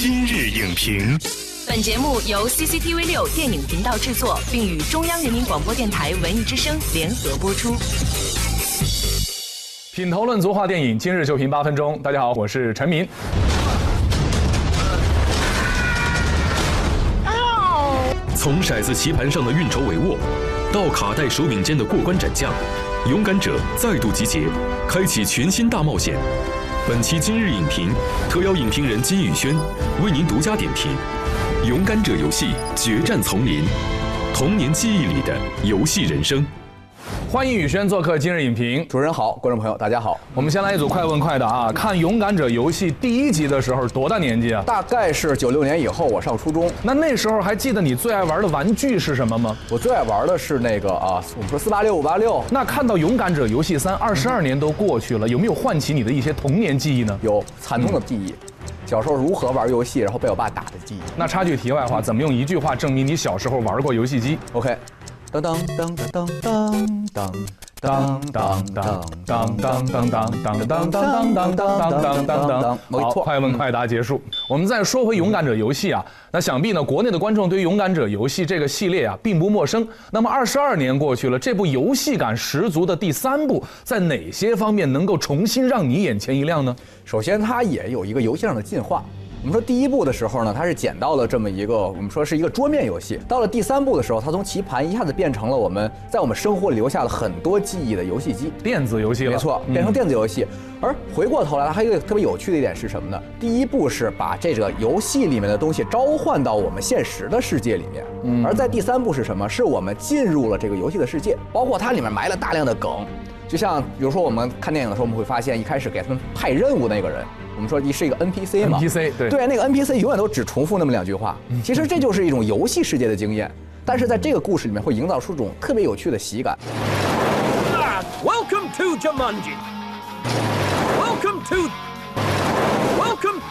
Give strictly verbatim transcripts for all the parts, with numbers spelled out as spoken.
今日影评。 本节目由 C C T V 六电影频道制作，并与中央人民广播电台文艺之声联合播出。 品头论足话电影，今日就评八分钟。大家好，我是陈明。 从骰子棋盘上的运筹帷幄，到卡带手柄间的过关斩将，勇敢者再度集结，开启全新大冒险。本期今日影评特邀影评人金宇轩为您独家点评《勇敢者游戏决战丛林》，童年记忆里的游戏人生。 欢迎宇轩做客今日影评。 主持人好，观众朋友大家好。 我们先来一组快问快答啊！看《勇敢者游戏》第一集的时候多大年纪啊？ 大概是九六年以后，我上初中。 那那时候还记得你最爱玩的玩具是什么吗？ 我最爱玩的是那个啊，我们说四八六五八六。 那看到《勇敢者游戏三》二十二年都过去了，有没有唤起你的一些童年记忆呢？ 有惨痛的记忆。小时候如何玩游戏，然后被我爸打的记忆。 那插句题外话，怎么用一句话证明你小时候玩过游戏机 ？OK， 当当当当当当。当当当当当当当当当当当当当当当，没错。 快问快答结束。我们再说回《勇敢者游戏》啊，那想必呢，国内的观众对于《勇敢者游戏》这个系列啊并不陌生。那么二十二年过去了，这部游戏感十足的第三部，在哪些方面能够重新让你眼前一亮呢？ 首先，它也有一个游戏上的进化。我们说第一部的时候呢，它是捡到了这么一个，我们说是一个桌面游戏。到了第三部的时候，它从棋盘一下子变成了我们在我们生活里留下了很多记忆的游戏机， 电子游戏了。 没错，变成电子游戏。嗯、而回过头来，它还有一个特别有趣的一点是什么呢？第一步是把这个游戏里面的东西召唤到我们现实的世界里面，嗯、而在第三步是什么？是我们进入了这个游戏的世界，包括它里面埋了大量的梗。就像比如说我们看电影的时候，我们会发现一开始给他们派任务那个人，我们说你是一个 N P C 嘛 ，N P C 对对，那个 N P C 永远都只重复那么两句话。其实这就是一种游戏世界的经验，但是在这个故事里面会营造出一种特别有趣的喜感。 Welcome to Jumanji. Welcome to. Welcome.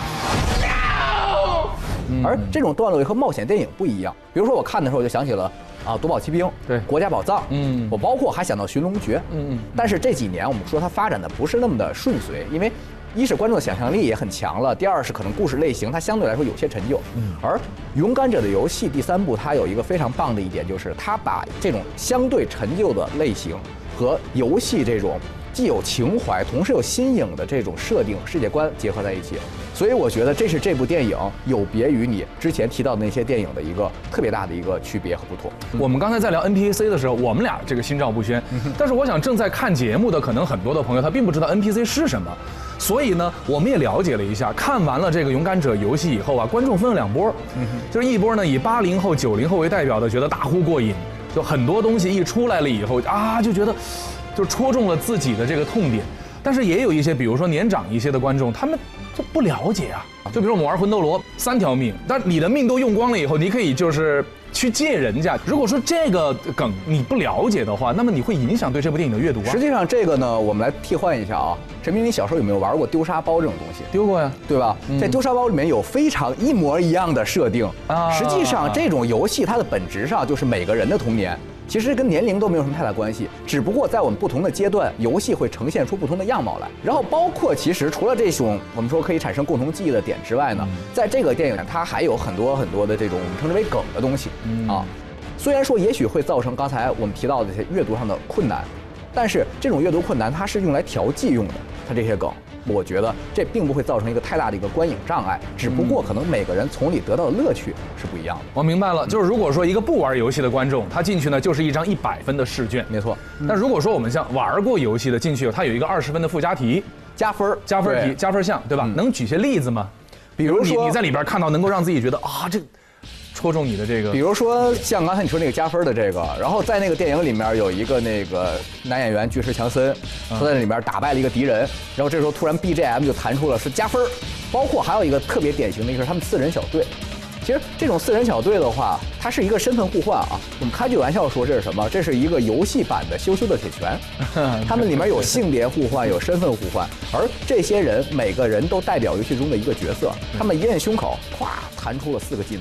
而这种段落和冒险电影不一样。比如说我看的时候，我就想起了。啊，夺宝奇兵， 对， 国家宝藏， 嗯， 我包括还想到寻龙诀，嗯嗯，但是这几年我们说它发展的不是那么的顺遂，因为一是观众的想象力也很强了，第二是可能故事类型它相对来说有些陈旧，嗯，而勇敢者的游戏第三部它有一个非常棒的一点，就是它把这种相对陈旧的类型和游戏这种既有情怀同时有新颖的这种设定世界观结合在一起。所以我觉得这是这部电影有别于你之前提到的那些电影的一个特别大的一个区别和不同。 我们刚才在聊 N P C 的时候，我们俩这个心照不宣，但是我想正在看节目的可能很多的朋友他并不知道 N P C 是什么，所以呢，我们也了解了一下。看完了这个勇敢者游戏以后啊，观众分了两波，就是一波呢以八零后、九零后为代表的，觉得大呼过瘾，就很多东西一出来了以后啊，就觉得就戳中了自己的这个痛点。但是也有一些，比如说年长一些的观众，他们就不了解啊。就比如我们玩魂斗罗，三条命，但你的命都用光了以后，你可以就是去借人家。如果说这个梗你不了解的话，那么你会影响对这部电影的阅读啊。 实际上这个呢，我们来替换一下啊。陈明，你小时候有没有玩过丢沙包这种东西？ 丢过呀， 对吧？嗯、在丢沙包里面有非常一模一样的设定啊。实际上这种游戏它的本质上就是每个人的童年。其实跟年龄都没有什么太大关系，只不过在我们不同的阶段，游戏会呈现出不同的样貌来。然后包括其实除了这种我们说可以产生共同记忆的点之外呢，在这个电影它还有很多很多的这种我们称之为梗的东西啊。虽然说也许会造成刚才我们提到的这些阅读上的困难，但是这种阅读困难它是用来调剂用的，它这些梗。我觉得这并不会造成一个太大的一个观影障碍，只不过可能每个人从里得到的乐趣是不一样的。 我明白了，就是如果说一个不玩游戏的观众，他进去呢就是一张一百分的试卷， 没错。 但如果说我们像玩过游戏的进去，它有一个二十分的附加题， 加分加分题加分项，对吧？能举些例子吗？比如说你你在里边看到能够让自己觉得啊这。戳中你的这个， 比如说像刚才你说那个加分的这个，然后在那个电影里面有一个那个男演员巨石强森，他在里面打败了一个敌人，然后这时候突然 B G M 就弹出了是加分，包括还有一个特别典型的一个是他们四人小队。其实这种四人小队的话，它是一个身份互换啊。我们开句玩笑说这是什么？这是一个游戏版的羞羞的铁拳。他们里面有性别互换，有身份互换，而这些人每个人都代表游戏中的一个角色。他们一摁胸口，咵弹出了四个技能。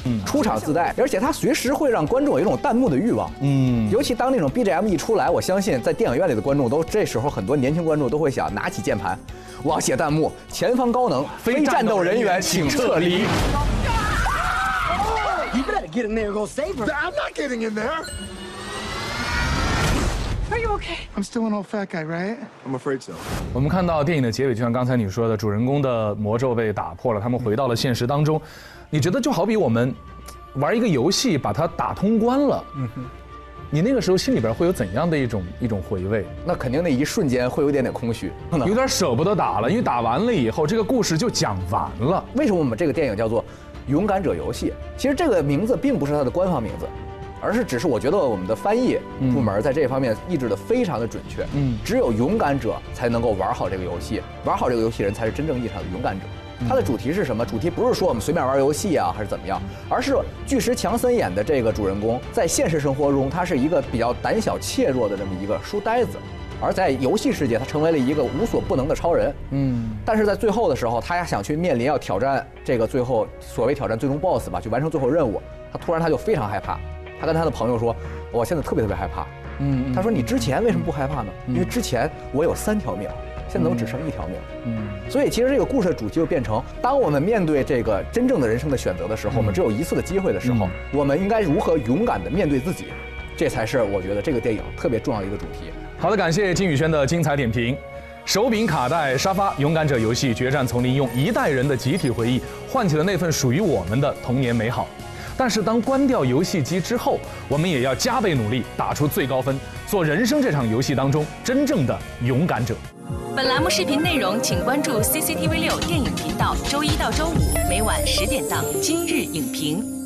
嗯，出场自带，而且它随时会让观众有一种弹幕的欲望。嗯，尤其当那种 B G M 一出来，我相信在电影院里的观众都这时候很多年轻观众都会想拿起键盘，我要写弹幕，前方高能，非战斗人员请撤离。 You better get in there and go save her. I'm not getting in there. Are you okay? I'm still an old fat guy, right? I'm afraid so. 我们看到电影的结尾，就像刚才你说的，主人公的魔咒被打破了，他们回到了现实当中。你觉得就好比我们玩一个游戏，把它打通关了，嗯哼，你那个时候心里边会有怎样的一种一种回味？ 那肯定那一瞬间会有一点点空虚， 有点舍不得打了，因为打完了以后，这个故事就讲完了。 为什么我们这个电影叫做《勇敢者游戏》？其实这个名字并不是它的官方名字。而是只是我觉得我们的翻译部门在这方面译制的非常的准确。嗯，只有勇敢者才能够玩好这个游戏，玩好这个游戏人才是真正意义上的勇敢者。它的主题是什么？主题不是说我们随便玩游戏啊，还是怎么样，而是巨石强森演的这个主人公在现实生活中，他是一个比较胆小怯弱的这么一个书呆子。而在游戏世界，他成为了一个无所不能的超人。嗯，但是在最后的时候，他呀想去面临要挑战这个最后所谓挑战最终 boss 吧，去完成最后任务。他突然他就非常害怕。他跟他的朋友说：“我现在特别特别害怕。”嗯，他说：“你之前为什么不害怕呢？因为之前我有三条命，现在我只剩一条命。”嗯，所以其实这个故事的主题就变成：当我们面对这个真正的人生的选择的时候，我们只有一次的机会的时候，我们应该如何勇敢地面对自己？这才是我觉得这个电影特别重要的一个主题。 好的，感谢金宇轩的精彩点评。手柄卡带沙发勇敢者游戏决战丛林，用一代人的集体回忆唤起了那份属于我们的童年美好。但是当关掉游戏机之后，我们也要加倍努力，打出最高分，做人生这场游戏当中真正的勇敢者。 本栏目视频内容，请关注 C C T V 六电影频道，周一到周五每晚十点档《今日影评》。